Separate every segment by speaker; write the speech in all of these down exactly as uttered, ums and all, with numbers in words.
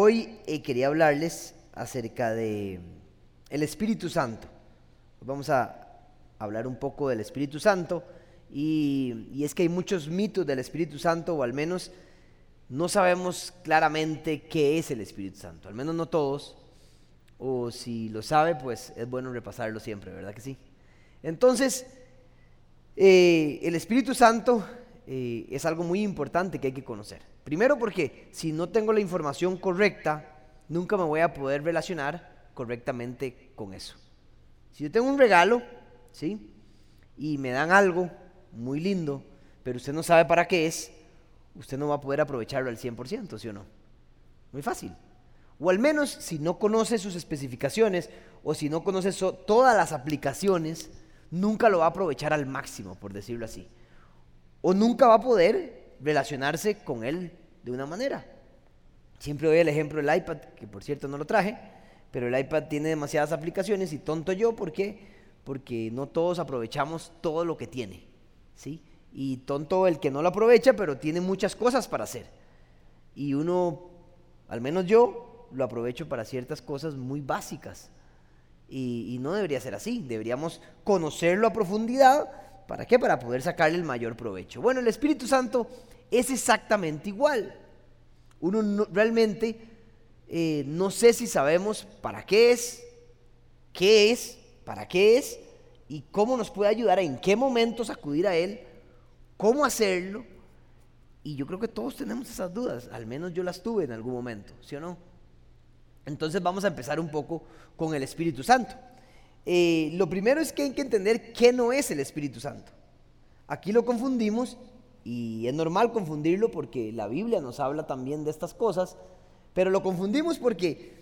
Speaker 1: Hoy eh, quería hablarles acerca de el Espíritu Santo. Vamos a hablar un poco del Espíritu Santo y, y es que hay muchos mitos del Espíritu Santo, o al menos no sabemos claramente qué es el Espíritu Santo, al menos no todos, o si lo sabe, pues es bueno repasarlo siempre, ¿verdad que sí? Entonces, eh, el Espíritu Santo eh, es algo muy importante que hay que conocer. Primero porque si no tengo la información correcta, nunca me voy a poder relacionar correctamente con eso. Si yo tengo un regalo, ¿sí?, y me dan algo muy lindo, pero usted no sabe para qué es, usted no va a poder aprovecharlo al cien por ciento, ¿sí o no? Muy fácil. O al menos si no conoce sus especificaciones o si no conoce so- todas las aplicaciones, nunca lo va a aprovechar al máximo, por decirlo así. O nunca va a poder relacionarse con él de una manera. Siempre doy el ejemplo del iPad, que por cierto no lo traje, pero el iPad tiene demasiadas aplicaciones y tonto yo, ¿por qué? Porque no todos aprovechamos todo lo que tiene, ¿sí? Y tonto el que no lo aprovecha, pero tiene muchas cosas para hacer. Y uno, al menos yo, lo aprovecho para ciertas cosas muy básicas. Y, y no debería ser así, deberíamos conocerlo a profundidad. ¿Para qué? Para poder sacarle el mayor provecho. Bueno, el Espíritu Santo es exactamente igual. Uno no, realmente eh, no sé si sabemos para qué es, qué es, para qué es y cómo nos puede ayudar, en qué momentos acudir a Él, cómo hacerlo. Y yo creo que todos tenemos esas dudas, al menos yo las tuve en algún momento, ¿sí o no? Entonces vamos a empezar un poco con el Espíritu Santo. Eh, lo primero es que hay que entender qué no es el Espíritu Santo. Aquí lo confundimos y es normal confundirlo porque la Biblia nos habla también de estas cosas, pero lo confundimos porque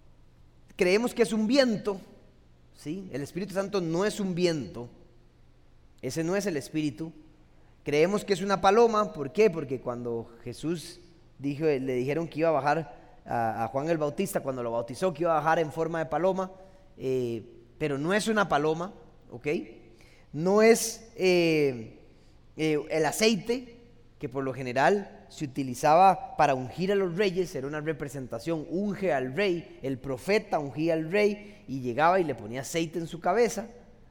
Speaker 1: creemos que es un viento, ¿sí? El Espíritu Santo no es un viento, ese no es el Espíritu. Creemos que es una paloma, ¿por qué? Porque cuando Jesús dijo, le dijeron que iba a bajar a, a Juan el Bautista, cuando lo bautizó, que iba a bajar en forma de paloma, eh, pero no es una paloma, ¿ok? No es eh, eh, el aceite, que por lo general se utilizaba para ungir a los reyes, era una representación, unge al rey, el profeta ungía al rey y llegaba y le ponía aceite en su cabeza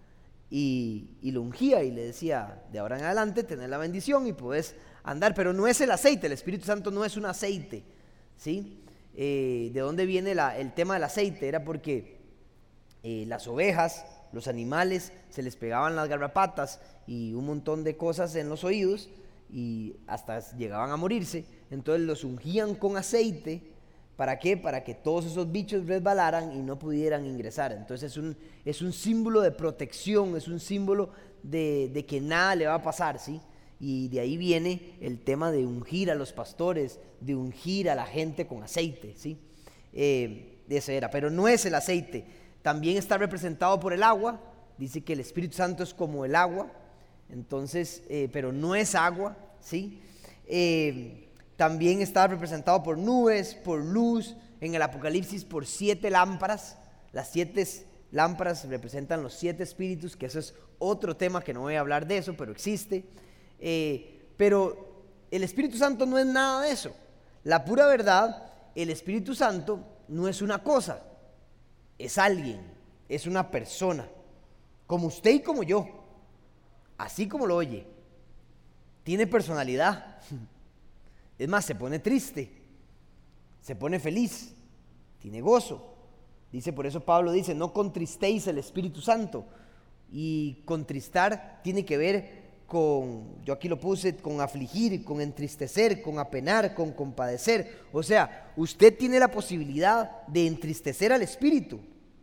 Speaker 1: y, y lo ungía y le decía, de ahora en adelante tenés la bendición y podés andar, pero no es el aceite, el Espíritu Santo no es un aceite, ¿sí? Eh, ¿de dónde viene la, el tema del aceite? Era porque Eh, las ovejas, los animales, se les pegaban las garrapatas y un montón de cosas en los oídos y hasta llegaban a morirse. Entonces los ungían con aceite. ¿Para qué? Para que todos esos bichos resbalaran y no pudieran ingresar. Entonces es un, es un símbolo de protección, es un símbolo de, de que nada le va a pasar, ¿sí? Y de ahí viene el tema de ungir a los pastores, de ungir a la gente con aceite, ¿sí? Eh, de eso era, pero no es el aceite. También está representado por el agua, dice que el Espíritu Santo es como el agua, entonces, eh, pero no es agua, ¿sí? Eh, también está representado por nubes, por luz, en el Apocalipsis por siete lámparas, las siete lámparas representan los siete espíritus, que eso es otro tema que no voy a hablar de eso, pero existe, eh, pero el Espíritu Santo no es nada de eso. La pura verdad, el Espíritu Santo no es una cosa, es alguien, es una persona, como usted y como yo, así como lo oye, tiene personalidad, es más, se pone triste, se pone feliz, tiene gozo, dice, por eso Pablo dice, no contristéis el Espíritu Santo, y contristar tiene que ver con, yo aquí lo puse, con afligir, con entristecer, con apenar, con compadecer. O sea, usted tiene la posibilidad de entristecer al Espíritu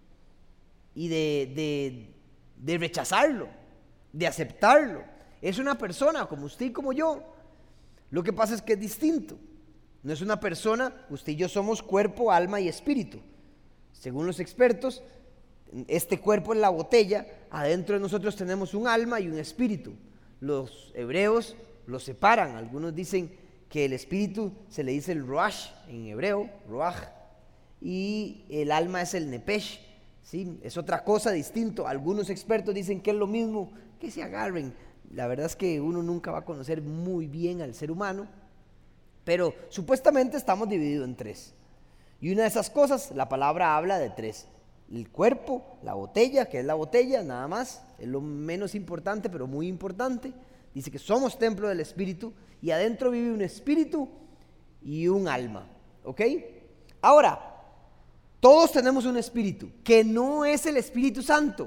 Speaker 1: y de, de, de rechazarlo, de aceptarlo. Es una persona como usted y como yo. Lo que pasa es que es distinto. No es una persona, usted y yo somos cuerpo, alma y espíritu. Según los expertos, este cuerpo es la botella, adentro de nosotros tenemos un alma y un espíritu. Los hebreos lo separan, algunos dicen que el espíritu se le dice el ruach en hebreo, ruach, y el alma es el nepesh, ¿sí? Es otra cosa distinto. Algunos expertos dicen que es lo mismo, que se agarren. La verdad es que uno nunca va a conocer muy bien al ser humano, pero supuestamente estamos divididos en tres. Y una de esas cosas, la palabra habla de tres. El cuerpo, la botella, que es la botella, nada más, es lo menos importante, pero muy importante. Dice que somos templo del Espíritu y adentro vive un espíritu y un alma, ¿ok? Ahora, todos tenemos un espíritu, que no es el Espíritu Santo.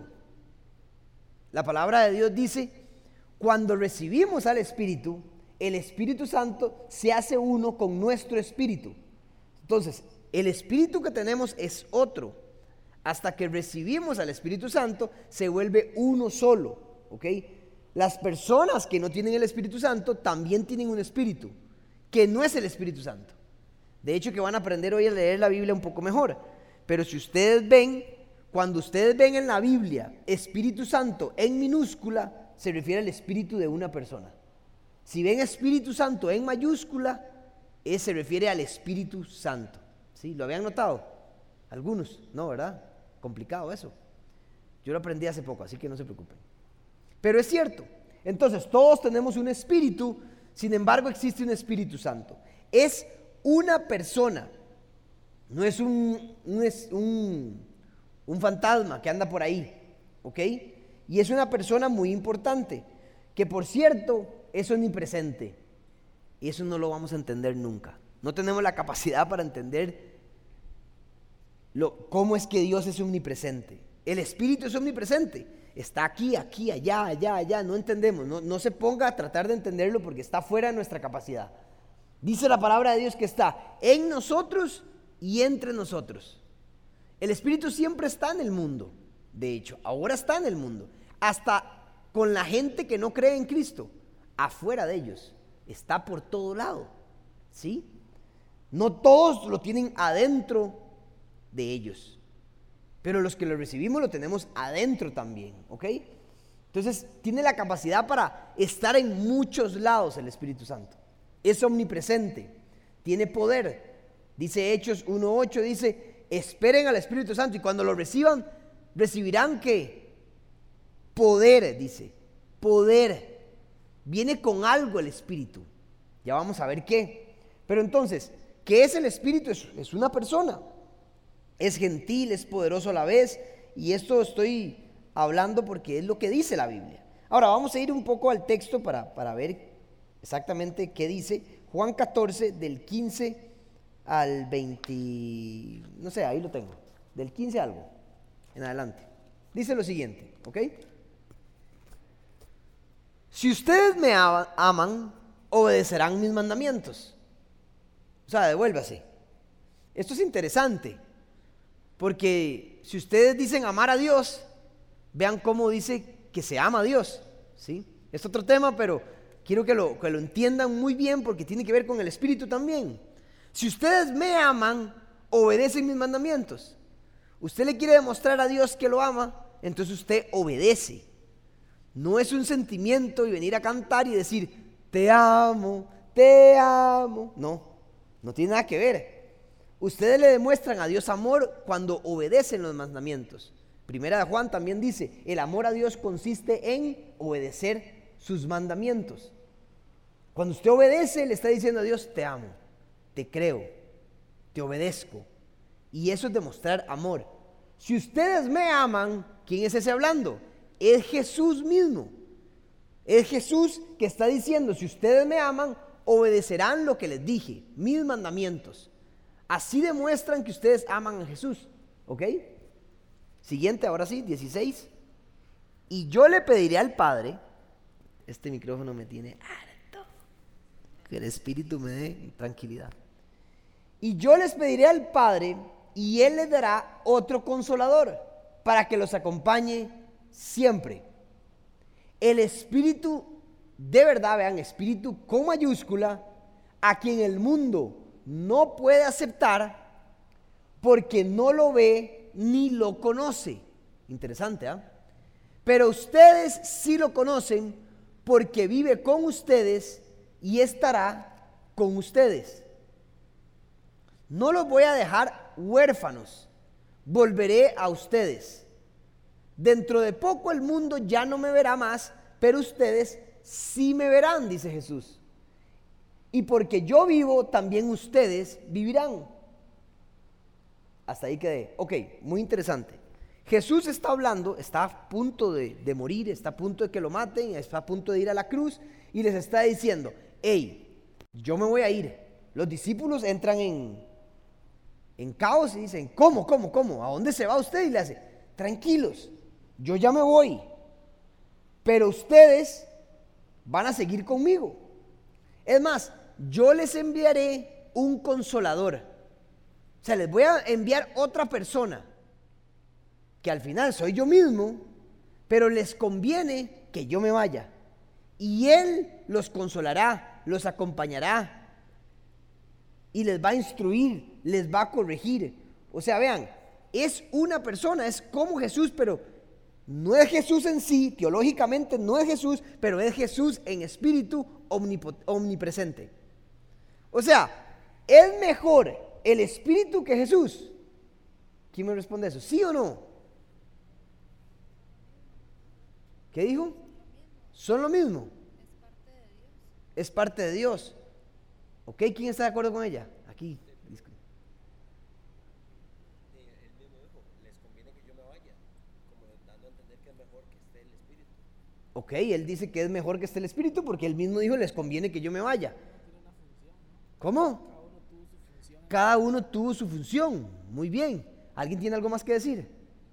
Speaker 1: La palabra de Dios dice, cuando recibimos al Espíritu, el Espíritu Santo se hace uno con nuestro espíritu. Entonces, el espíritu que tenemos es otro. Hasta que recibimos al Espíritu Santo, se vuelve uno solo, ¿ok? Las personas que no tienen el Espíritu Santo también tienen un espíritu, que no es el Espíritu Santo. De hecho, que van a aprender hoy a leer la Biblia un poco mejor. Pero si ustedes ven, cuando ustedes ven en la Biblia Espíritu Santo en minúscula, se refiere al espíritu de una persona. Si ven Espíritu Santo en mayúscula, es, se refiere al Espíritu Santo. ¿Sí? ¿Lo habían notado? Algunos, no, ¿verdad? Complicado eso. Yo lo aprendí hace poco, así que no se preocupen. Pero es cierto. Entonces, todos tenemos un espíritu, sin embargo existe un Espíritu Santo. Es una persona, no es un, un, un, un fantasma que anda por ahí, ¿ok? Y es una persona muy importante, que por cierto es omnipresente. Y eso no lo vamos a entender nunca. No tenemos la capacidad para entender Lo, ¿cómo es que Dios es omnipresente? El Espíritu es omnipresente. Está aquí, aquí, allá, allá, allá. No entendemos. No, no se ponga a tratar de entenderlo porque está fuera de nuestra capacidad. Dice la palabra de Dios que está en nosotros y entre nosotros. El Espíritu siempre está en el mundo. De hecho, ahora está en el mundo. Hasta con la gente que no cree en Cristo. Afuera de ellos. Está por todo lado. ¿Sí? No todos lo tienen adentro de ellos, pero los que lo recibimos lo tenemos adentro también, ¿ok? Entonces tiene la capacidad para estar en muchos lados el Espíritu Santo. Es omnipresente, tiene poder. Dice Hechos uno ocho, dice, esperen al Espíritu Santo y cuando lo reciban, recibirán ¿qué? Poder, dice, poder. Viene con algo el Espíritu. Ya vamos a ver qué. Pero entonces, ¿qué es el Espíritu? Es, es una persona. Es gentil, es poderoso a la vez. Y esto estoy hablando porque es lo que dice la Biblia. Ahora vamos a ir un poco al texto para, para ver exactamente qué dice. Juan catorce, del quince al veinte, no sé, ahí lo tengo. Del quince algo, en adelante. Dice lo siguiente, ¿ok? Si ustedes me aman, obedecerán mis mandamientos. O sea, devuélvase. Esto es interesante. Porque si ustedes dicen amar a Dios, vean cómo dice que se ama a Dios, ¿sí? Es otro tema, pero quiero que lo, que lo entiendan muy bien porque tiene que ver con el Espíritu también. Si ustedes me aman, obedecen mis mandamientos. Usted le quiere demostrar a Dios que lo ama, entonces usted obedece. No es un sentimiento y venir a cantar y decir, te amo, te amo. No, no tiene nada que ver. Ustedes le demuestran a Dios amor cuando obedecen los mandamientos. Primera de Juan también dice, el amor a Dios consiste en obedecer sus mandamientos. Cuando usted obedece, le está diciendo a Dios, te amo, te creo, te obedezco. Y eso es demostrar amor. Si ustedes me aman, ¿quién es ese hablando? Es Jesús mismo. Es Jesús que está diciendo, si ustedes me aman, obedecerán lo que les dije, mis mandamientos. Así demuestran que ustedes aman a Jesús, ¿ok? Siguiente, ahora sí, dieciséis. Y yo le pediré al Padre, este micrófono me tiene harto, que el Espíritu me dé tranquilidad. Y yo les pediré al Padre y Él les dará otro consolador para que los acompañe siempre. El Espíritu, de verdad, vean, Espíritu con mayúscula, a quien el mundo no puede aceptar porque no lo ve ni lo conoce. Interesante, ¿ah? ¿eh? Pero ustedes sí lo conocen porque vive con ustedes y estará con ustedes. No los voy a dejar huérfanos, volveré a ustedes. Dentro de poco el mundo ya no me verá más, pero ustedes sí me verán, dice Jesús. Y porque yo vivo, también ustedes vivirán. Hasta ahí quedé. Ok, muy interesante. Jesús está hablando, está a punto de, de morir, está a punto de que lo maten, está a punto de ir a la cruz y les está diciendo, hey, yo me voy a ir. Los discípulos entran en, en caos y dicen, ¿cómo, cómo, cómo? ¿A dónde se va usted? Y le hace, tranquilos, yo ya me voy, pero ustedes van a seguir conmigo. Es más, yo les enviaré un consolador. O sea, les voy a enviar otra persona, que al final soy yo mismo, pero les conviene que yo me vaya. Y Él los consolará, los acompañará, y les va a instruir, les va a corregir. O sea, vean, es una persona, es como Jesús, pero no es Jesús en sí, teológicamente no es Jesús, pero es Jesús en espíritu omnipresente. O sea, ¿es mejor el espíritu que Jesús? ¿Quién me responde eso? ¿Sí o no? ¿Qué dijo? Son lo mismo. Es parte de Dios. ¿Ok? ¿Quién está de acuerdo con ella? Aquí. Ok, él dice que es mejor que esté el espíritu porque él mismo dijo les conviene que yo me vaya. ¿Cómo? Cada uno tuvo su función. Muy bien. ¿Alguien tiene algo más que decir?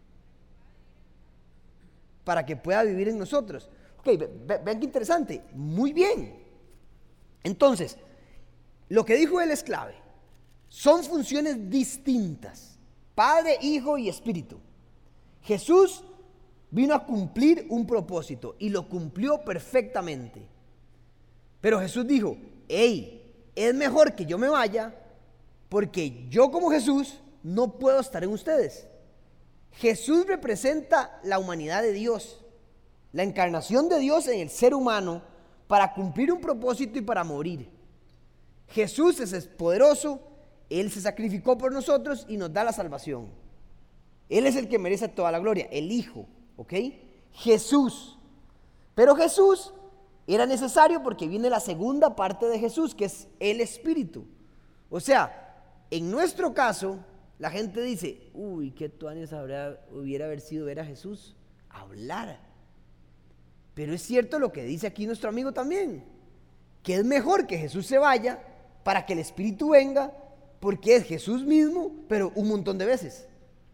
Speaker 1: Para que pueda vivir en nosotros. Ok, ve, ve, vean qué interesante. Muy bien. Entonces, lo que dijo él es clave. Son funciones distintas. Padre, Hijo y Espíritu. Jesús vino a cumplir un propósito y lo cumplió perfectamente. Pero Jesús dijo, hey, es mejor que yo me vaya porque yo como Jesús no puedo estar en ustedes. Jesús representa la humanidad de Dios, la encarnación de Dios en el ser humano para cumplir un propósito y para morir. Jesús es poderoso, Él se sacrificó por nosotros y nos da la salvación. Él es el que merece toda la gloria, el Hijo, ¿ok? Jesús. Pero Jesús era necesario porque viene la segunda parte de Jesús, que es el Espíritu. O sea, en nuestro caso, la gente dice, uy, qué tuanes habría, hubiera haber sido ver a Jesús hablar. Pero es cierto lo que dice aquí nuestro amigo también, que es mejor que Jesús se vaya para que el Espíritu venga, porque es Jesús mismo, pero un montón de veces.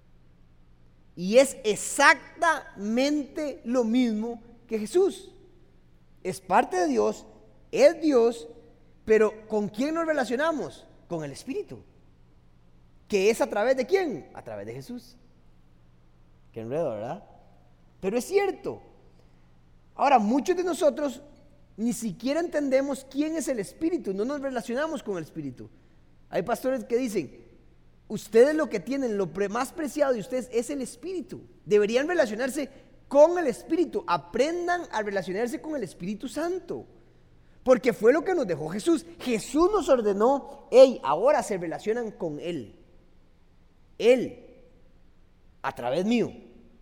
Speaker 1: Y es exactamente lo mismo que Jesús. Es parte de Dios, es Dios, pero ¿con quién nos relacionamos? Con el Espíritu. ¿Que es a través de quién? A través de Jesús. Qué enredo, ¿verdad? Pero es cierto. Ahora, muchos de nosotros ni siquiera entendemos quién es el Espíritu, no nos relacionamos con el Espíritu. Hay pastores que dicen, ustedes lo que tienen, lo más preciado de ustedes es el Espíritu. Deberían relacionarse con el Espíritu. Aprendan a relacionarse con el Espíritu Santo. Porque fue lo que nos dejó Jesús. Jesús nos ordenó, hey, ahora se relacionan con Él. Él, a través mío.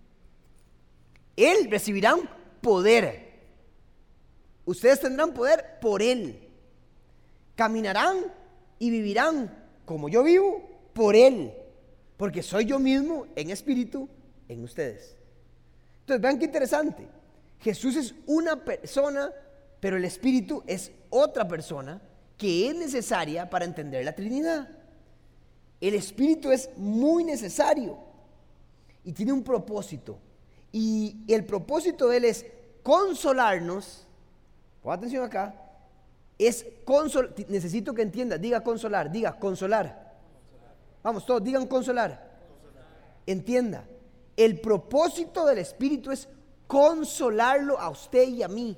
Speaker 1: Él recibirán poder. Ustedes tendrán poder por Él. Caminarán y vivirán como yo vivo por Él. Porque soy yo mismo en espíritu en ustedes. Entonces vean qué interesante. Jesús es una persona, pero el Espíritu es otra persona que es necesaria para entender la Trinidad. El Espíritu es muy necesario y tiene un propósito. Y el propósito de Él es consolarnos. Pon atención acá. Es consolar. Necesito que entiendas. Diga consolar. Diga consolar. Vamos todos, digan consolar. Entienda. El propósito del Espíritu es consolarlo a usted y a mí.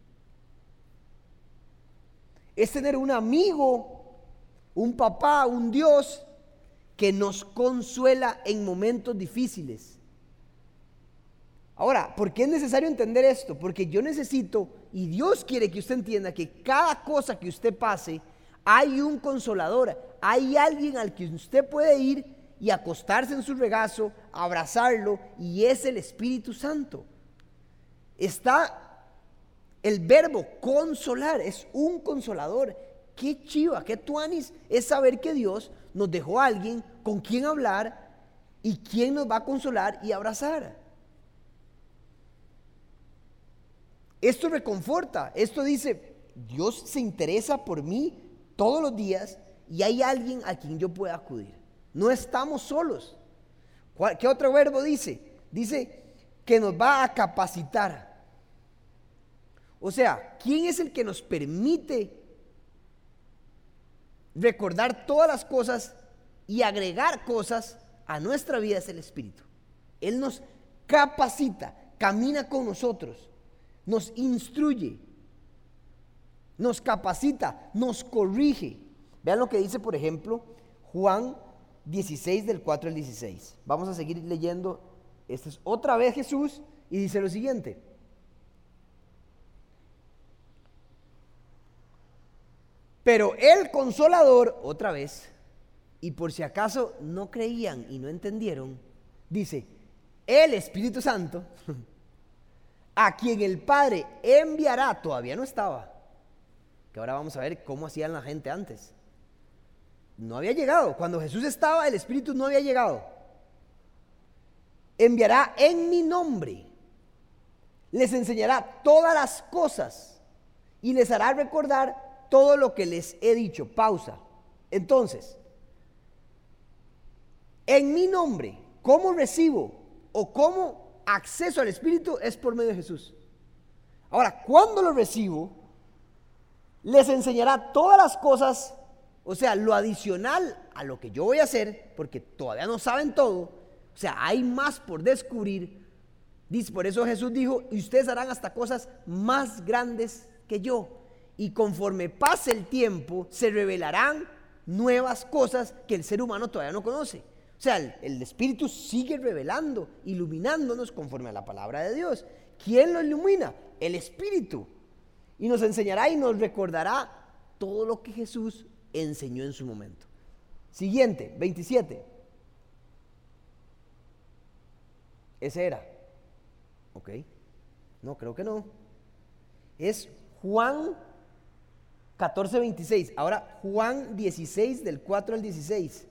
Speaker 1: Es tener un amigo, un papá, un Dios que nos consuela en momentos difíciles. Ahora, ¿por qué es necesario entender esto? Porque yo necesito, y Dios quiere que usted entienda que cada cosa que usted pase, hay un consolador, hay alguien al que usted puede ir y acostarse en su regazo, abrazarlo, y es el Espíritu Santo. Está el verbo consolar, es un consolador. Qué chiva, qué tuanis es saber que Dios nos dejó a alguien con quien hablar ¿Y quién nos va a consolar y abrazar? Esto reconforta, esto dice, Dios se interesa por mí todos los días y hay alguien a quien yo pueda acudir. No estamos solos. ¿Qué otro verbo dice? Dice que nos va a capacitar. O sea, ¿quién es el que nos permite recordar todas las cosas y agregar cosas a nuestra vida? Es el Espíritu. Él nos capacita, camina con nosotros, nos instruye, nos capacita, nos corrige. Vean lo que dice, por ejemplo, Juan dieciséis del cuatro al dieciséis. Vamos a seguir leyendo. Esta es otra vez Jesús y dice lo siguiente: pero el Consolador, otra vez, y por si acaso no creían y no entendieron, dice, el Espíritu Santo, a quien el Padre enviará, todavía no estaba, que ahora vamos a ver cómo hacían la gente antes. No había llegado, cuando Jesús estaba, el Espíritu no había llegado. Enviará en mi nombre, les enseñará todas las cosas y les hará recordar todo lo que les he dicho. Pausa. Entonces, en mi nombre, ¿cómo recibo o cómo acceso al Espíritu? Es por medio de Jesús. Ahora, cuando lo recibo, les enseñará todas las cosas, o sea, lo adicional a lo que yo voy a hacer, porque todavía no saben todo, o sea, hay más por descubrir. Dice, por eso Jesús dijo, y ustedes harán hasta cosas más grandes que yo. Y conforme pase el tiempo, se revelarán nuevas cosas que el ser humano todavía no conoce. O sea, el, el Espíritu sigue revelando, iluminándonos conforme a la palabra de Dios. ¿Quién lo ilumina? El Espíritu. Y nos enseñará y nos recordará todo lo que Jesús enseñó en su momento. Siguiente, veintisiete. Ese era. Ok. No, creo que no. Es Juan catorce, veintiséis. Ahora Juan dieciséis del cuatro al dieciséis.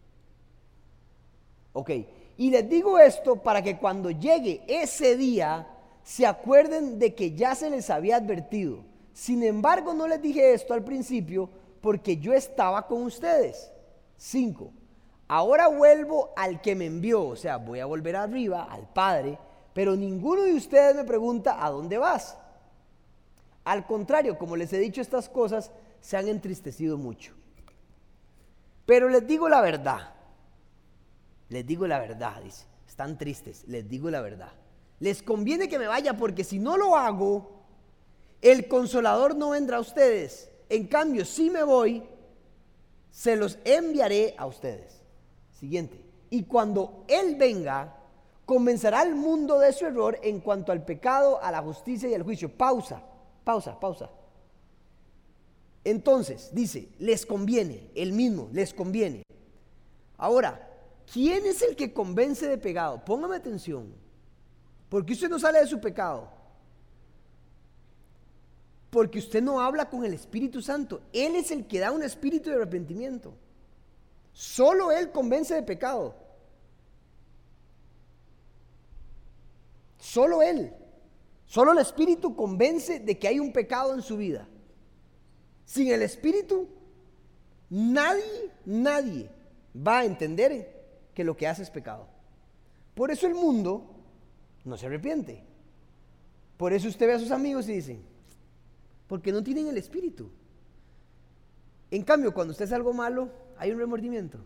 Speaker 1: Ok. Y les digo esto para que cuando llegue ese día se acuerden de que ya se les había advertido. Sin embargo, no les dije esto al principio porque yo estaba con ustedes. cinco. Ahora vuelvo al que me envió, o sea, voy a volver arriba, al Padre, pero ninguno de ustedes me pregunta, ¿a dónde vas? Al contrario, como les he dicho estas cosas, se han entristecido mucho. Pero les digo la verdad, les digo la verdad, dice, están tristes, les digo la verdad. Les conviene que me vaya porque si no lo hago, el Consolador no vendrá a ustedes. En cambio, si me voy, se los enviaré a ustedes. Siguiente. Y cuando Él venga, convencerá al mundo de su error en cuanto al pecado, a la justicia y al juicio. Pausa, pausa, pausa. Entonces, dice, les conviene, Él mismo, les conviene. Ahora, ¿quién es el que convence de pecado? Póngame atención, porque usted no sale de su pecado. Porque usted no habla con el Espíritu Santo. Él es el que da un espíritu de arrepentimiento. Solo Él convence de pecado. Solo Él. Solo el Espíritu convence de que hay un pecado en su vida. Sin el Espíritu, nadie, nadie va a entender que lo que hace es pecado. Por eso el mundo no se arrepiente. Por eso usted ve a sus amigos y dicen, porque no tienen el Espíritu. En cambio, cuando usted hace algo malo, hay un remordimiento.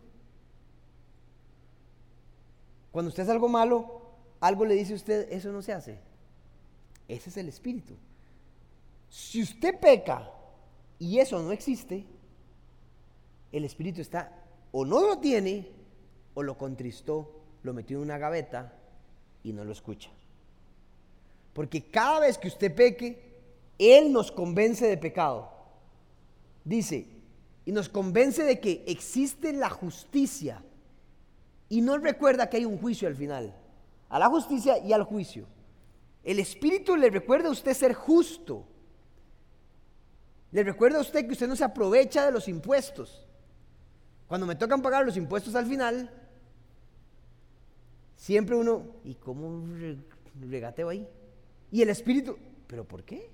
Speaker 1: Cuando usted hace algo malo, algo le dice a usted, eso no se hace. Ese es el Espíritu. Si usted peca y eso no existe, el Espíritu está, o no lo tiene, o lo contristó, lo metió en una gaveta y no lo escucha. Porque cada vez que usted peque, Él nos convence de pecado. Dice, y nos convence de que existe la justicia. Y no recuerda que hay un juicio al final. A la justicia y al juicio. El Espíritu le recuerda a usted ser justo. Le recuerda a usted que usted no se aprovecha de los impuestos. Cuando me tocan pagar los impuestos al final, siempre uno, ¿y cómo re- regateo ahí? Y el Espíritu, ¿pero por qué?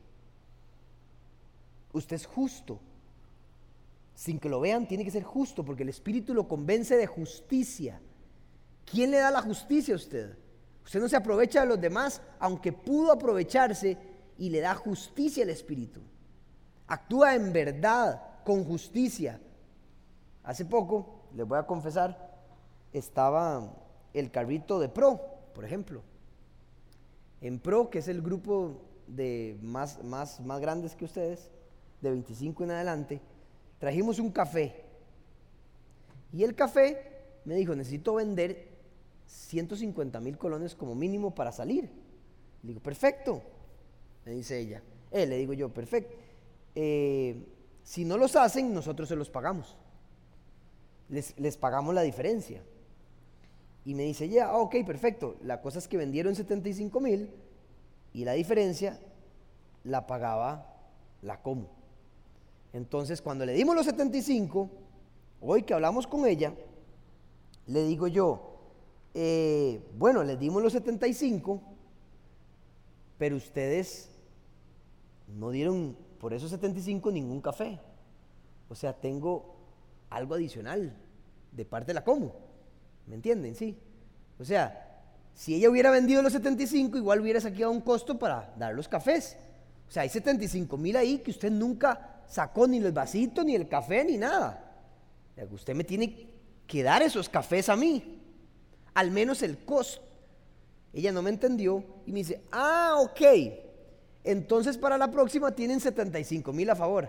Speaker 1: Usted es justo. Sin que lo vean, tiene que ser justo, porque el Espíritu lo convence de justicia. ¿Quién le da la justicia a usted? Usted no se aprovecha de los demás, aunque pudo aprovecharse, y le da justicia al Espíritu. Actúa en verdad, con justicia. Hace poco, les voy a confesar, estaba el carrito de Pro, por ejemplo. En Pro, que es el grupo de más, más, más grandes que ustedes, de veinticinco en adelante, trajimos un café. Y el café me dijo, necesito vender ciento cincuenta mil colones como mínimo para salir. Le digo, perfecto, me dice ella. Eh, le digo yo, perfecto. Eh, si no los hacen, nosotros se los pagamos. Les, les pagamos la diferencia. Y me dice, ya, yeah, ok, perfecto. La cosa es que vendieron setenta y cinco mil y la diferencia la pagaba la Como. Entonces, cuando le dimos los setenta y cinco, hoy que hablamos con ella, le digo yo, eh, bueno, les dimos los setenta y cinco, pero ustedes no dieron por esos setenta y cinco ningún café. O sea, tengo algo adicional de parte de la Como. ¿Me entienden? Sí. O sea, si ella hubiera vendido los setenta y cinco, igual hubiera sacado un costo para dar los cafés. O sea, hay setenta y cinco mil ahí que usted nunca sacó ni los vasitos, ni el café, ni nada. O sea, usted me tiene que dar esos cafés a mí. Al menos el costo. Ella no me entendió y me dice, ah, ok. Entonces para la próxima tienen setenta y cinco mil a favor.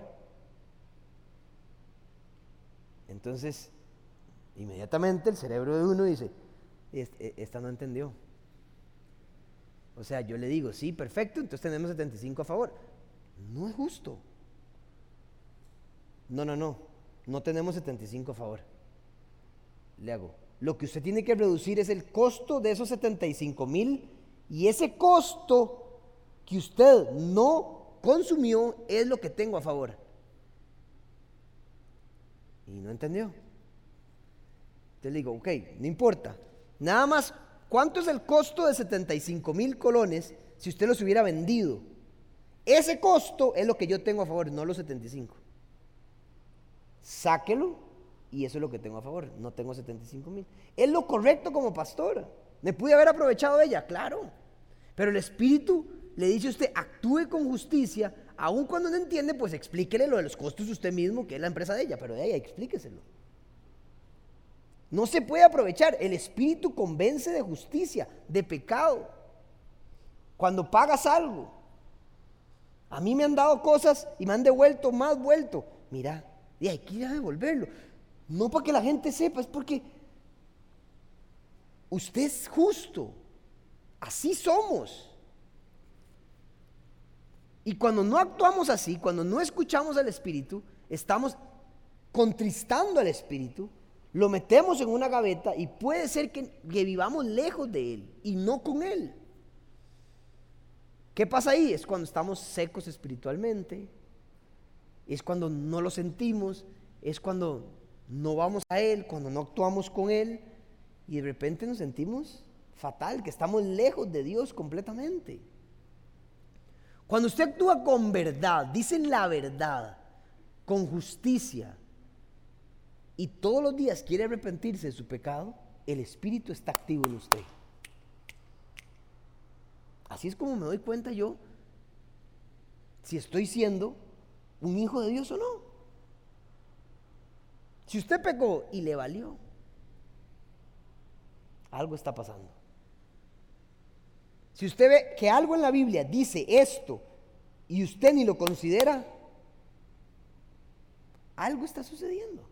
Speaker 1: Entonces, inmediatamente el cerebro de uno dice, esta no entendió. O sea, yo le digo, sí, perfecto, entonces tenemos setenta y cinco a favor. No es justo. No, no, no, no tenemos setenta y cinco a favor. Le hago, lo que usted tiene que reducir es el costo de esos setenta y cinco mil, y ese costo que usted no consumió es lo que tengo a favor. Y no entendió. Entonces le digo, ok, no importa. Nada más, ¿cuánto es el costo de setenta y cinco mil colones si usted los hubiera vendido? Ese costo es lo que yo tengo a favor, no los setenta y cinco. Sáquelo y eso es lo que tengo a favor, no tengo setenta y cinco mil. Es lo correcto como pastor. ¿Me pude haber aprovechado de ella? Claro. Pero el Espíritu le dice a usted, actúe con justicia, aun cuando no entiende, pues explíquele lo de los costos usted mismo, que es la empresa de ella, pero de ella explíqueselo. No se puede aprovechar. El Espíritu convence de justicia, de pecado. Cuando pagas algo, a mí me han dado cosas y me han devuelto más vuelto. Mira, y hay que ir a devolverlo. No para que la gente sepa, es porque usted es justo. Así somos. Y cuando no actuamos así, cuando no escuchamos al Espíritu, estamos contristando al Espíritu, lo metemos en una gaveta y puede ser que, que vivamos lejos de Él y no con Él. ¿Qué pasa ahí? Es cuando estamos secos espiritualmente, es cuando no lo sentimos, es cuando no vamos a Él, cuando no actuamos con Él y de repente nos sentimos fatal, que estamos lejos de Dios completamente. Cuando usted actúa con verdad, dice la verdad, con justicia, y todos los días quiere arrepentirse de su pecado, el Espíritu está activo en usted. Así es como me doy cuenta yo si estoy siendo un hijo de Dios o no. Si usted pecó y le valió, algo está pasando. Si usted ve que algo en la Biblia dice esto y usted ni lo considera, algo está sucediendo.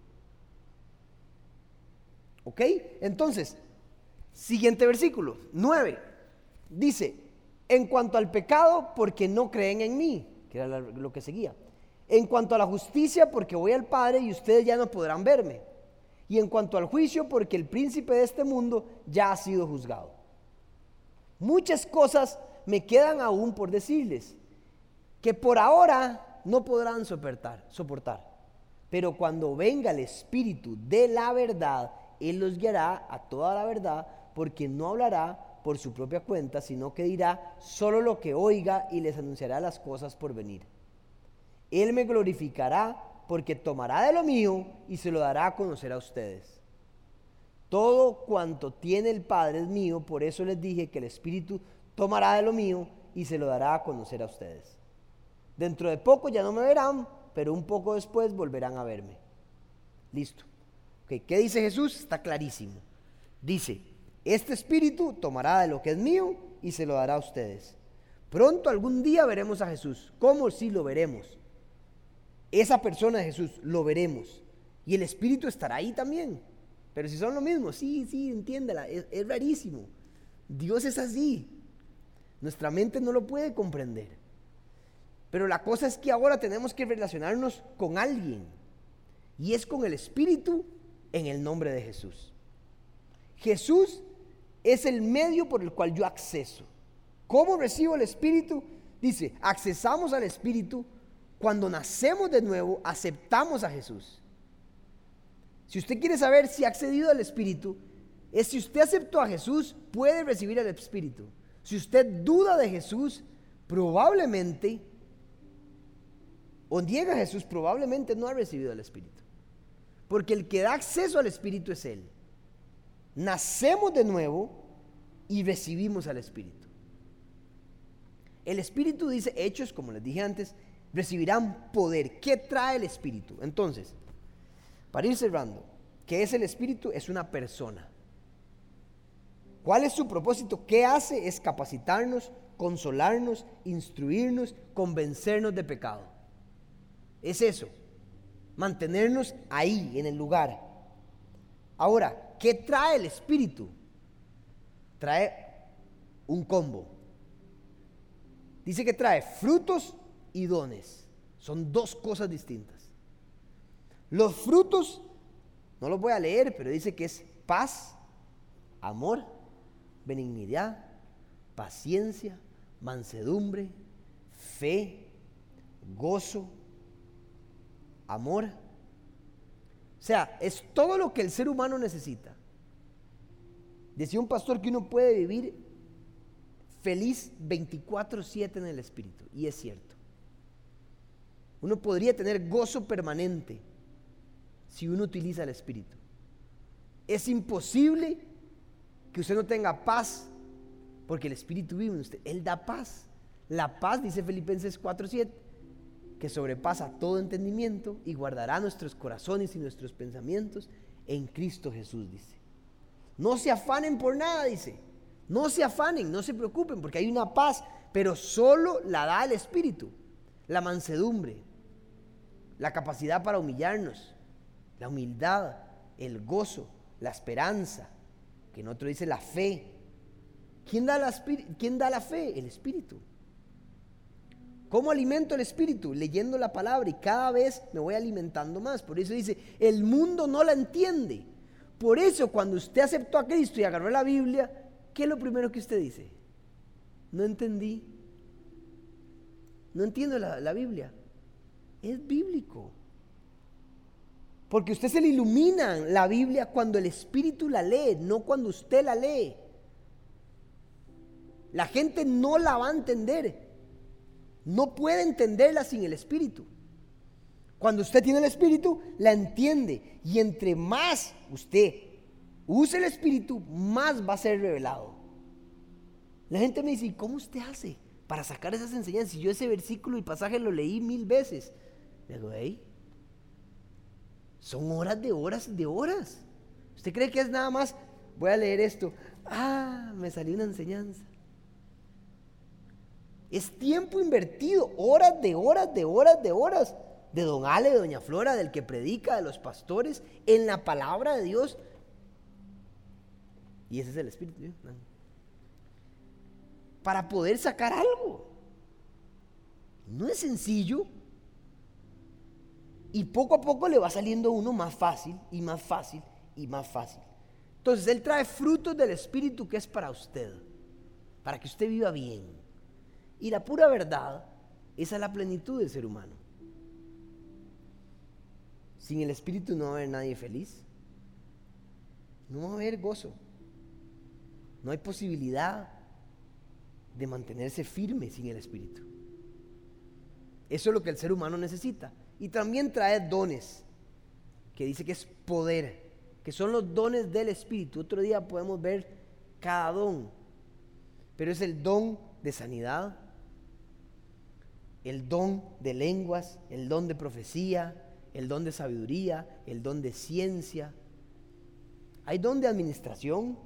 Speaker 1: ¿Ok? Entonces, siguiente versículo, nueve, dice, en cuanto al pecado, porque no creen en mí, que era lo que seguía. En cuanto a la justicia, porque voy al Padre y ustedes ya no podrán verme. Y en cuanto al juicio, porque el príncipe de este mundo ya ha sido juzgado. Muchas cosas me quedan aún por decirles, que por ahora no podrán soportar, soportar. Pero cuando venga el Espíritu de la verdad, Él los guiará a toda la verdad, porque no hablará por su propia cuenta, sino que dirá solo lo que oiga y les anunciará las cosas por venir. Él me glorificará, porque tomará de lo mío y se lo dará a conocer a ustedes. Todo cuanto tiene el Padre es mío, por eso les dije que el Espíritu tomará de lo mío y se lo dará a conocer a ustedes. Dentro de poco ya no me verán, pero un poco después volverán a verme. Listo. Okay, ¿qué dice Jesús? Está clarísimo. Dice, este Espíritu tomará de lo que es mío y se lo dará a ustedes. Pronto algún día veremos a Jesús. ¿Cómo? Sí, lo veremos. Esa persona de Jesús, lo veremos. Y el Espíritu estará ahí también. Pero si son lo mismo, sí, sí, entiéndela, es, es rarísimo. Dios es así. Nuestra mente no lo puede comprender. Pero la cosa es que ahora tenemos que relacionarnos con alguien. Y es con el Espíritu en el nombre de Jesús. Jesús es el medio por el cual yo acceso. ¿Cómo recibo el Espíritu? Dice, accesamos al Espíritu cuando nacemos de nuevo, aceptamos a Jesús. Si usted quiere saber si ha accedido al Espíritu, es si usted aceptó a Jesús, puede recibir el Espíritu. Si usted duda de Jesús, probablemente, o niega a Jesús, probablemente no ha recibido el Espíritu. Porque el que da acceso al Espíritu es Él. Nacemos de nuevo y recibimos al Espíritu. El Espíritu dice, hechos, como les dije antes, recibirán poder. ¿Qué trae el Espíritu? Entonces, para ir cerrando, ¿qué es el Espíritu? Es una persona. ¿Cuál es su propósito? ¿Qué hace? Es capacitarnos, consolarnos, instruirnos, convencernos de pecado. Es eso, mantenernos ahí, en el lugar. Ahora, ¿qué trae el Espíritu? Trae un combo. Dice que trae frutos y dones. Son dos cosas distintas. Los frutos, no los voy a leer, pero dice que es paz, amor, benignidad, paciencia, mansedumbre, fe, gozo, amor. O sea, es todo lo que el ser humano necesita. Decía un pastor que uno puede vivir feliz veinticuatro siete en el Espíritu, y es cierto. Uno podría tener gozo permanente si uno utiliza el Espíritu. Es imposible que usted no tenga paz, porque el Espíritu vive en usted. Él da paz. La paz, dice Filipenses cuatro siete, que sobrepasa todo entendimiento y guardará nuestros corazones y nuestros pensamientos en Cristo Jesús, dice. No se afanen por nada, dice. No se afanen, no se preocupen, porque hay una paz, pero solo la da el Espíritu. La mansedumbre, la capacidad para humillarnos, la humildad, el gozo, la esperanza, que en otro dice la fe. ¿Quién da la, ¿Quién da la fe? El Espíritu. ¿Cómo alimento el Espíritu? Leyendo la palabra, y cada vez me voy alimentando más. Por eso dice, el mundo no la entiende. Por eso cuando usted aceptó a Cristo y agarró la Biblia, ¿qué es lo primero que usted dice? No entendí. No entiendo la, la Biblia. Es bíblico. Porque usted se le ilumina la Biblia cuando el Espíritu la lee, no cuando usted la lee. La gente no la va a entender. No puede entenderla sin el Espíritu. Cuando usted tiene el Espíritu, la entiende. Y entre más usted use el Espíritu, más va a ser revelado. La gente me dice, ¿y cómo usted hace para sacar esas enseñanzas? Y yo ese versículo y pasaje lo leí mil veces. Le digo, hey, son horas de horas de horas. ¿Usted cree que es nada más, voy a leer esto? Ah, me salió una enseñanza. Es tiempo invertido, horas de horas de horas de horas. De don Ale, de doña Flora, del que predica, de los pastores, en la palabra de Dios. Y ese es el Espíritu. ¿No? Para poder sacar algo. No es sencillo. Y poco a poco le va saliendo uno más fácil, y más fácil, y más fácil. Entonces Él trae frutos del Espíritu que es para usted, para que usted viva bien. Y la pura verdad, esa es la plenitud del ser humano. Sin el Espíritu no va a haber nadie feliz. no va a haber gozo. No hay posibilidad de mantenerse firme sin el Espíritu. Eso es lo que el ser humano necesita. Y también trae dones, que dice que es poder, que son los dones del Espíritu. Otro día podemos ver cada don, pero es el don de sanidad, el don de lenguas, el don de profecía, el don de sabiduría, el don de ciencia. Hay don de administración,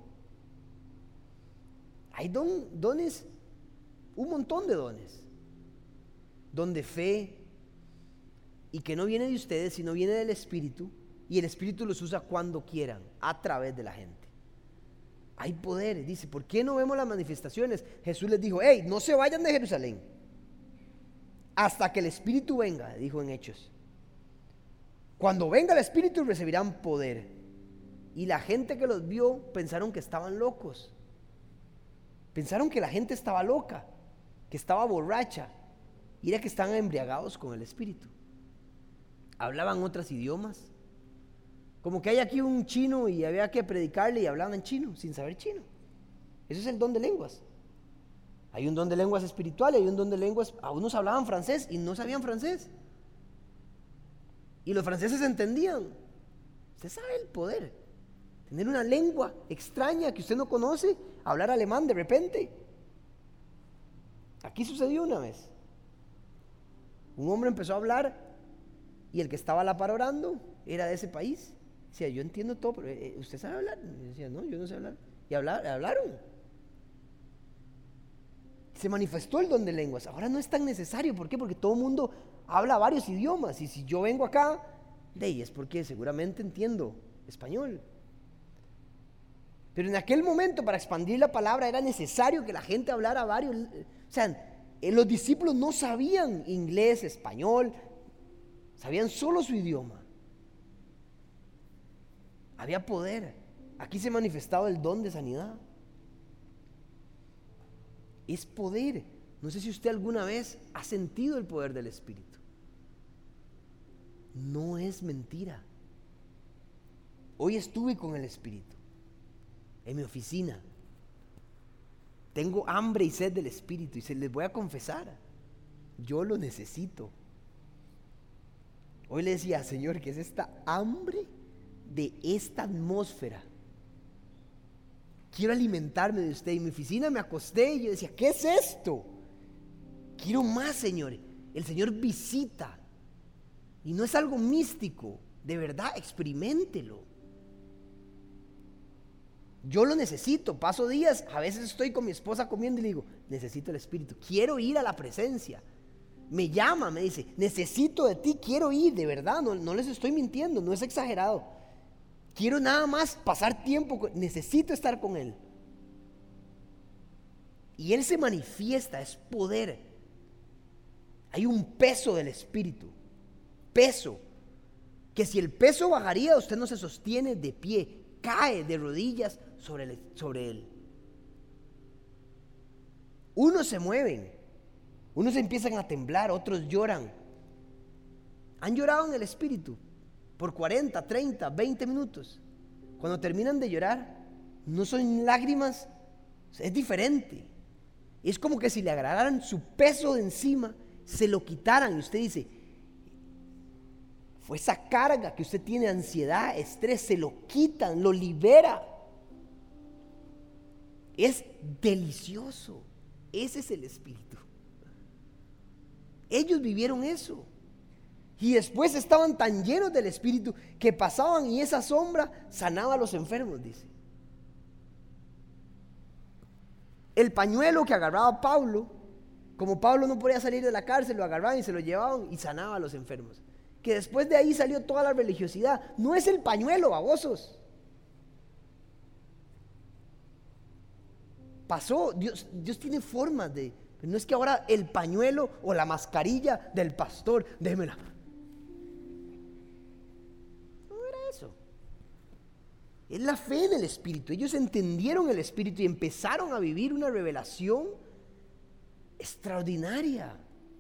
Speaker 1: hay don, dones, un montón de dones. Don de fe, y que no viene de ustedes, sino viene del Espíritu, y el Espíritu los usa cuando quieran, a través de la gente. Hay poder, dice, ¿por qué no vemos las manifestaciones? Jesús les dijo, hey, no se vayan de Jerusalén hasta que el Espíritu venga, dijo en Hechos. Cuando venga el Espíritu recibirán poder. Y la gente que los vio pensaron que estaban locos. Pensaron que la gente estaba loca, que estaba borracha. Y era que estaban embriagados con el Espíritu. Hablaban otros idiomas. Como que hay aquí un chino y había que predicarle y hablaban chino, sin saber chino. Eso es el don de lenguas. Hay un don de lenguas espiritual, hay un don de lenguas. A unos hablaban francés y no sabían francés. Y los franceses entendían. Usted sabe el poder. Tener una lengua extraña que usted no conoce, hablar alemán de repente. Aquí sucedió una vez. Un hombre empezó a hablar y el que estaba a la par orando era de ese país. Decía, yo entiendo todo, pero eh, ¿usted sabe hablar? Y decía, no, yo no sé hablar. Y hablar, hablaron. Se manifestó el don de lenguas. Ahora no es tan necesario. ¿Por qué? Porque todo el mundo habla varios idiomas. Y si yo vengo acá, de ahí es porque seguramente entiendo español. Pero en aquel momento, para expandir la palabra, era necesario que la gente hablara varios. O sea, los discípulos no sabían inglés, español, sabían solo su idioma. Había poder. Aquí se manifestaba el don de sanidad. Es poder. No sé si usted alguna vez ha sentido el poder del Espíritu. No es mentira. Hoy estuve con el Espíritu en mi oficina. Tengo hambre y sed del Espíritu y se les voy a confesar, yo lo necesito. Hoy le decía, Señor, ¿qué es esta hambre de esta atmósfera? Quiero alimentarme de usted. En mi oficina me acosté y yo decía, ¿qué es esto? Quiero más, Señor. El Señor visita y no es algo místico, de verdad, experiméntelo. Yo lo necesito, paso días, a veces estoy con mi esposa comiendo y le digo, necesito el Espíritu, quiero ir a la presencia. Me llama, me dice, necesito de ti, quiero ir, de verdad, no, no les estoy mintiendo, no es exagerado. Quiero nada más pasar tiempo, necesito estar con Él. Y Él se manifiesta, es poder. Hay un peso del Espíritu, peso, que si el peso bajaría, usted no se sostiene de pie, cae de rodillas sobre, el, sobre Él. Unos se mueven, unos empiezan a temblar, otros lloran. Han llorado en el Espíritu por cuarenta, treinta, veinte minutos. Cuando terminan de llorar, no son lágrimas, es diferente. Es como que si le agarraran su peso de encima, se lo quitaran y usted dice, fue esa carga que usted tiene, ansiedad, estrés, se lo quitan, lo libera. Es delicioso. Ese es el Espíritu. Ellos vivieron eso. Y después estaban tan llenos del Espíritu que pasaban y esa sombra sanaba a los enfermos, dice. El pañuelo que agarraba Pablo, como Pablo no podía salir de la cárcel, lo agarraban y se lo llevaban y sanaba a los enfermos. Que después de ahí salió toda la religiosidad. No es el pañuelo, babosos. Pasó, Dios, Dios tiene formas de... No es que ahora el pañuelo o la mascarilla del pastor, démela. No era eso. Es la fe en el Espíritu. Ellos entendieron el Espíritu y empezaron a vivir una revelación extraordinaria.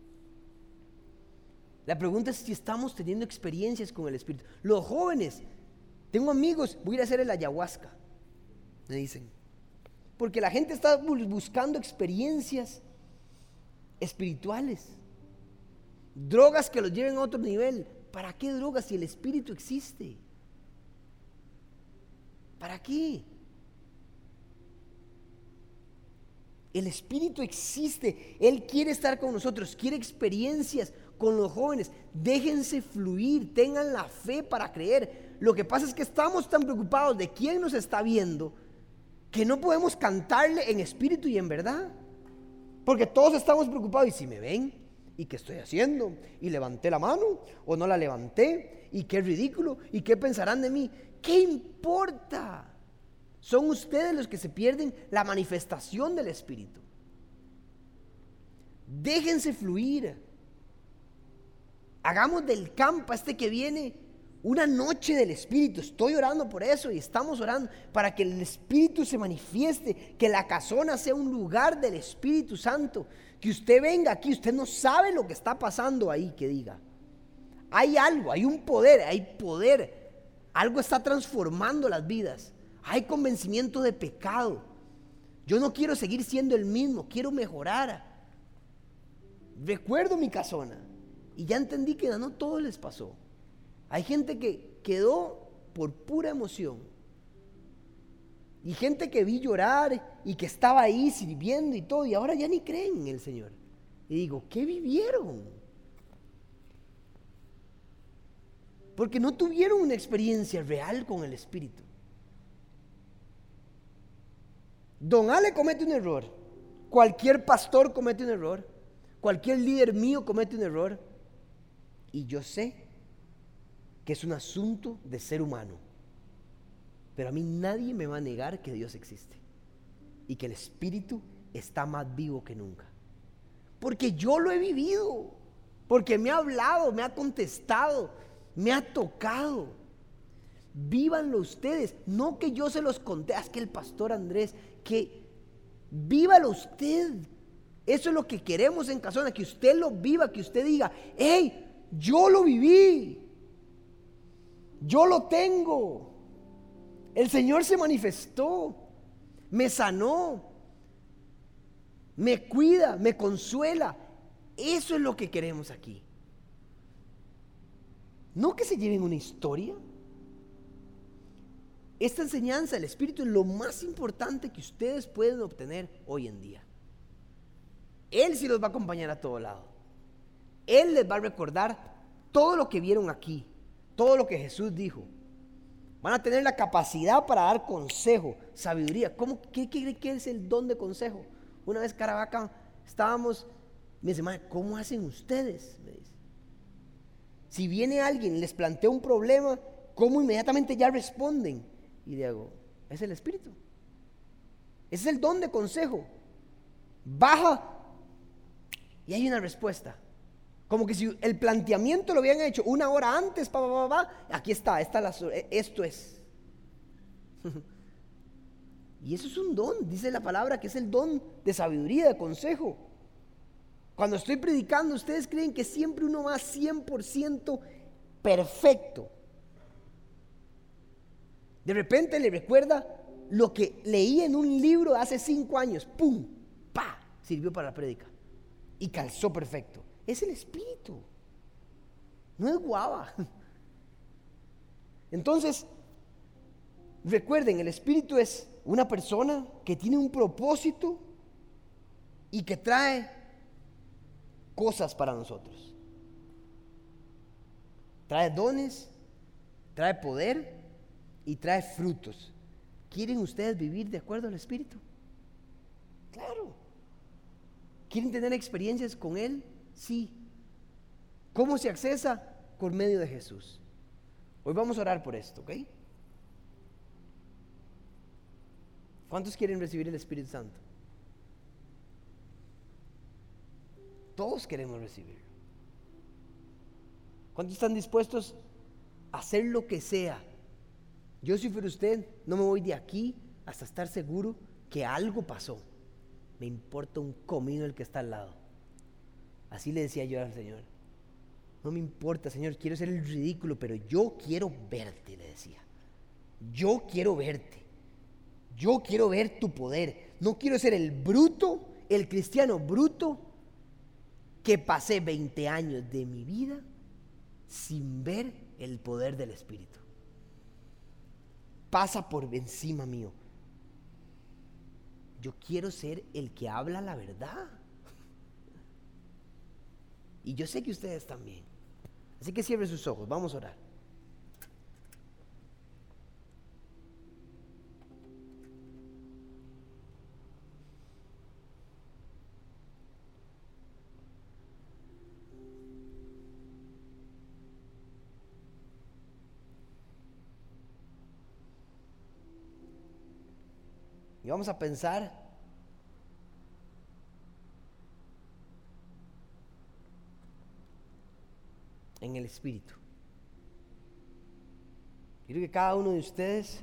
Speaker 1: La pregunta es si estamos teniendo experiencias con el Espíritu. Los jóvenes, tengo amigos, voy a ir a hacer el ayahuasca. me dicen. Porque la gente está buscando experiencias espirituales, drogas que los lleven a otro nivel. ¿Para qué drogas si el espíritu existe? ¿Para qué? El espíritu existe. Él quiere estar con nosotros, quiere experiencias con los jóvenes. Déjense fluir, tengan la fe para creer. Lo que pasa es que estamos tan preocupados de quién nos está viendo que no podemos cantarle en espíritu y en verdad. Porque todos estamos preocupados. ¿Y si me ven? ¿Y qué estoy haciendo? ¿Y levanté la mano o no la levanté? ¿Y qué ridículo? ¿Y qué pensarán de mí? ¿Qué importa? Son ustedes los que se pierden la manifestación del espíritu. Déjense fluir. Hagamos del campo este que viene una noche del espíritu. Estoy orando por eso y estamos orando para que el espíritu se manifieste, que la casona sea un lugar del Espíritu Santo, que usted venga aquí, usted no sabe lo que está pasando ahí, que diga, hay algo, hay un poder, hay poder, algo está transformando las vidas, hay convencimiento de pecado. Yo no quiero seguir siendo el mismo, quiero mejorar. Recuerdo mi casona y ya entendí que no todo les pasó. Hay gente que quedó por pura emoción. Y gente que vi llorar y que estaba ahí sirviendo y todo, y ahora ya ni creen en el Señor. Y digo, ¿qué vivieron? Porque no tuvieron una experiencia real con el Espíritu. Don Ale comete un error. Cualquier pastor comete un error. Cualquier líder mío comete un error. Y yo sé que es un asunto de ser humano, pero a mí nadie me va a negar que Dios existe y que el Espíritu está más vivo que nunca, porque yo lo he vivido, porque me ha hablado, me ha contestado, me ha tocado. Vívanlo ustedes, no que yo se los conté, es que el pastor Andrés, que vívalo usted. Eso es lo que queremos en Casona, que usted lo viva, que usted diga, hey, yo lo viví, yo lo tengo. El Señor se manifestó, me sanó, me cuida, me consuela. Eso es lo que queremos aquí. No que se lleven una historia. Esta enseñanza del Espíritu es lo más importante que ustedes pueden obtener hoy en día. Él sí los va a acompañar a todo lado. Él les va a recordar todo lo que vieron aquí, todo lo que Jesús dijo. Van a tener la capacidad para dar consejo, sabiduría. ¿Cómo, qué, qué, qué es el don de consejo? Una vez Caravaca estábamos, me dice, madre, ¿cómo hacen ustedes? Me dice. Si viene alguien y les plantea un problema, ¿cómo inmediatamente ya responden? Y le digo, es el Espíritu. Ese es el don de consejo. Baja y hay una respuesta. Como que si el planteamiento lo habían hecho una hora antes, pa, pa, pa, pa, aquí está, esta la, esto es. Y eso es un don, dice la palabra, que es el don de sabiduría, de consejo. Cuando estoy predicando, ustedes creen que siempre uno va cien por ciento perfecto. De repente le recuerda lo que leí en un libro de hace cinco años, ¡pum! ¡Pa! Sirvió para la prédica y calzó perfecto. Es el Espíritu, no es guava. Entonces, recuerden, el Espíritu es una persona que tiene un propósito y que trae cosas para nosotros. Trae dones, trae poder y trae frutos. ¿Quieren ustedes vivir de acuerdo al Espíritu? Claro. ¿Quieren tener experiencias con Él? Sí. ¿Cómo se accesa? Por medio de Jesús. Hoy vamos a orar por esto, ¿ok? ¿Cuántos quieren recibir el Espíritu Santo? Todos queremos recibirlo. ¿Cuántos están dispuestos a hacer lo que sea? Yo, si fuera usted, no me voy de aquí hasta estar seguro que algo pasó. Me importa un comino el que está al lado. Así le decía yo al Señor. No me importa, Señor, quiero ser el ridículo, pero yo quiero verte, le decía. Yo quiero verte. Yo quiero ver tu poder. No quiero ser el bruto, el cristiano bruto, que pasé veinte años de mi vida sin ver el poder del Espíritu. Pasa por encima mío. Yo quiero ser el que habla la verdad. Y yo sé que ustedes también. Así que cierre sus ojos, vamos a orar. Y vamos a pensar en el Espíritu. Quiero que cada uno de ustedes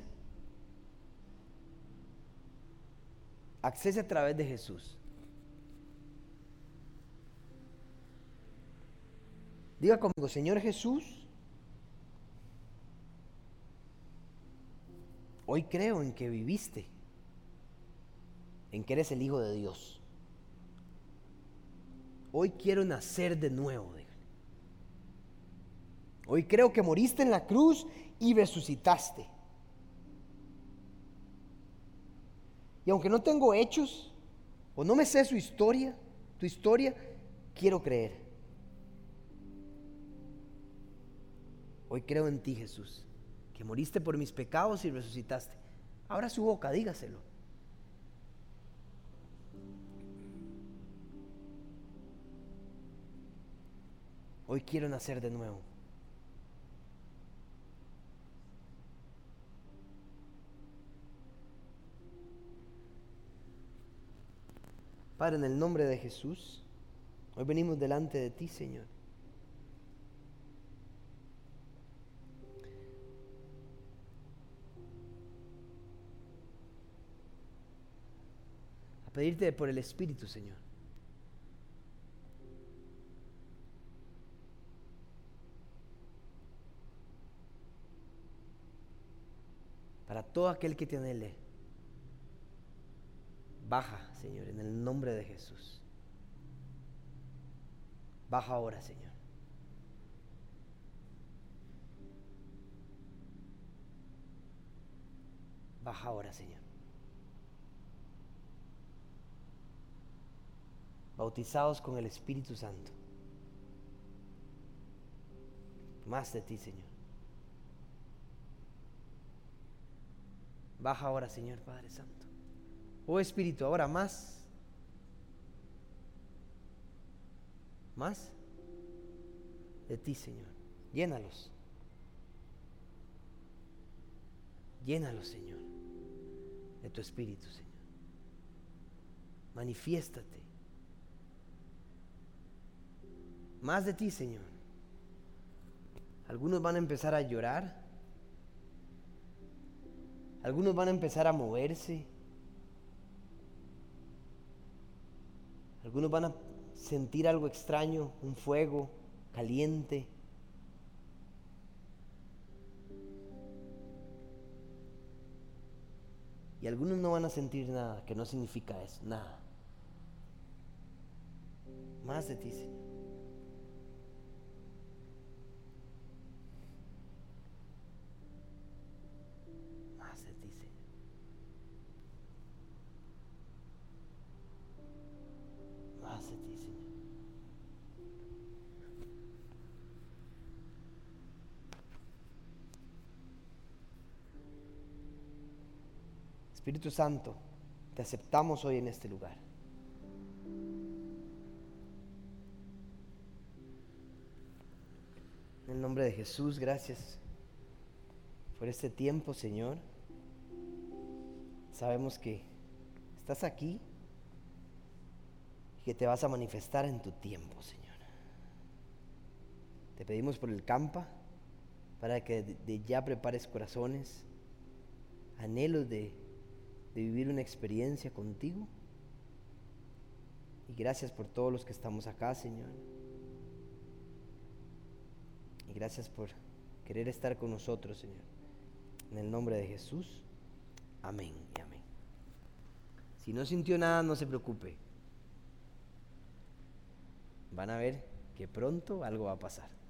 Speaker 1: accese a través de Jesús. Diga conmigo: Señor Jesús, hoy creo en que viviste, en que eres el Hijo de Dios. Hoy quiero nacer de nuevo. Dígale. Hoy creo que moriste en la cruz y resucitaste. Y aunque no tengo hechos o no me sé su historia, tu historia, quiero creer. Hoy creo en ti, Jesús, que moriste por mis pecados y resucitaste. Abra su boca, dígaselo. Hoy quiero nacer de nuevo. Padre, en el nombre de Jesús, hoy venimos delante de ti, Señor. A pedirte por el Espíritu, Señor. Para todo aquel que te anhele, baja, Señor, en el nombre de Jesús. Baja ahora, Señor. Baja ahora, Señor. Bautizados con el Espíritu Santo. Más de ti, Señor. Baja ahora, Señor Padre Santo. Oh Espíritu, ahora más. Más de ti, Señor. Llénalos. Llénalos, Señor, de tu Espíritu, Señor. Manifiéstate. Más de ti, Señor. Algunos van a empezar a llorar. Algunos van a empezar a moverse. Algunos van a sentir algo extraño, un fuego caliente. Y algunos no van a sentir nada, que no significa eso, nada. Más de ti, Señor. Más de ti, Señor. Más de ti, Señor. Espíritu Santo, te aceptamos hoy en este lugar. En el nombre de Jesús, gracias por este tiempo, Señor. Sabemos que estás aquí y que te vas a manifestar en tu tiempo, Señor. Te pedimos por el campa para que de, de ya prepares corazones, anhelos de, de vivir una experiencia contigo. Y gracias por todos los que estamos acá, Señor. Y gracias por querer estar con nosotros, Señor. En el nombre de Jesús. Amén y amén. Si no sintió nada, no se preocupe. Van a ver que pronto algo va a pasar.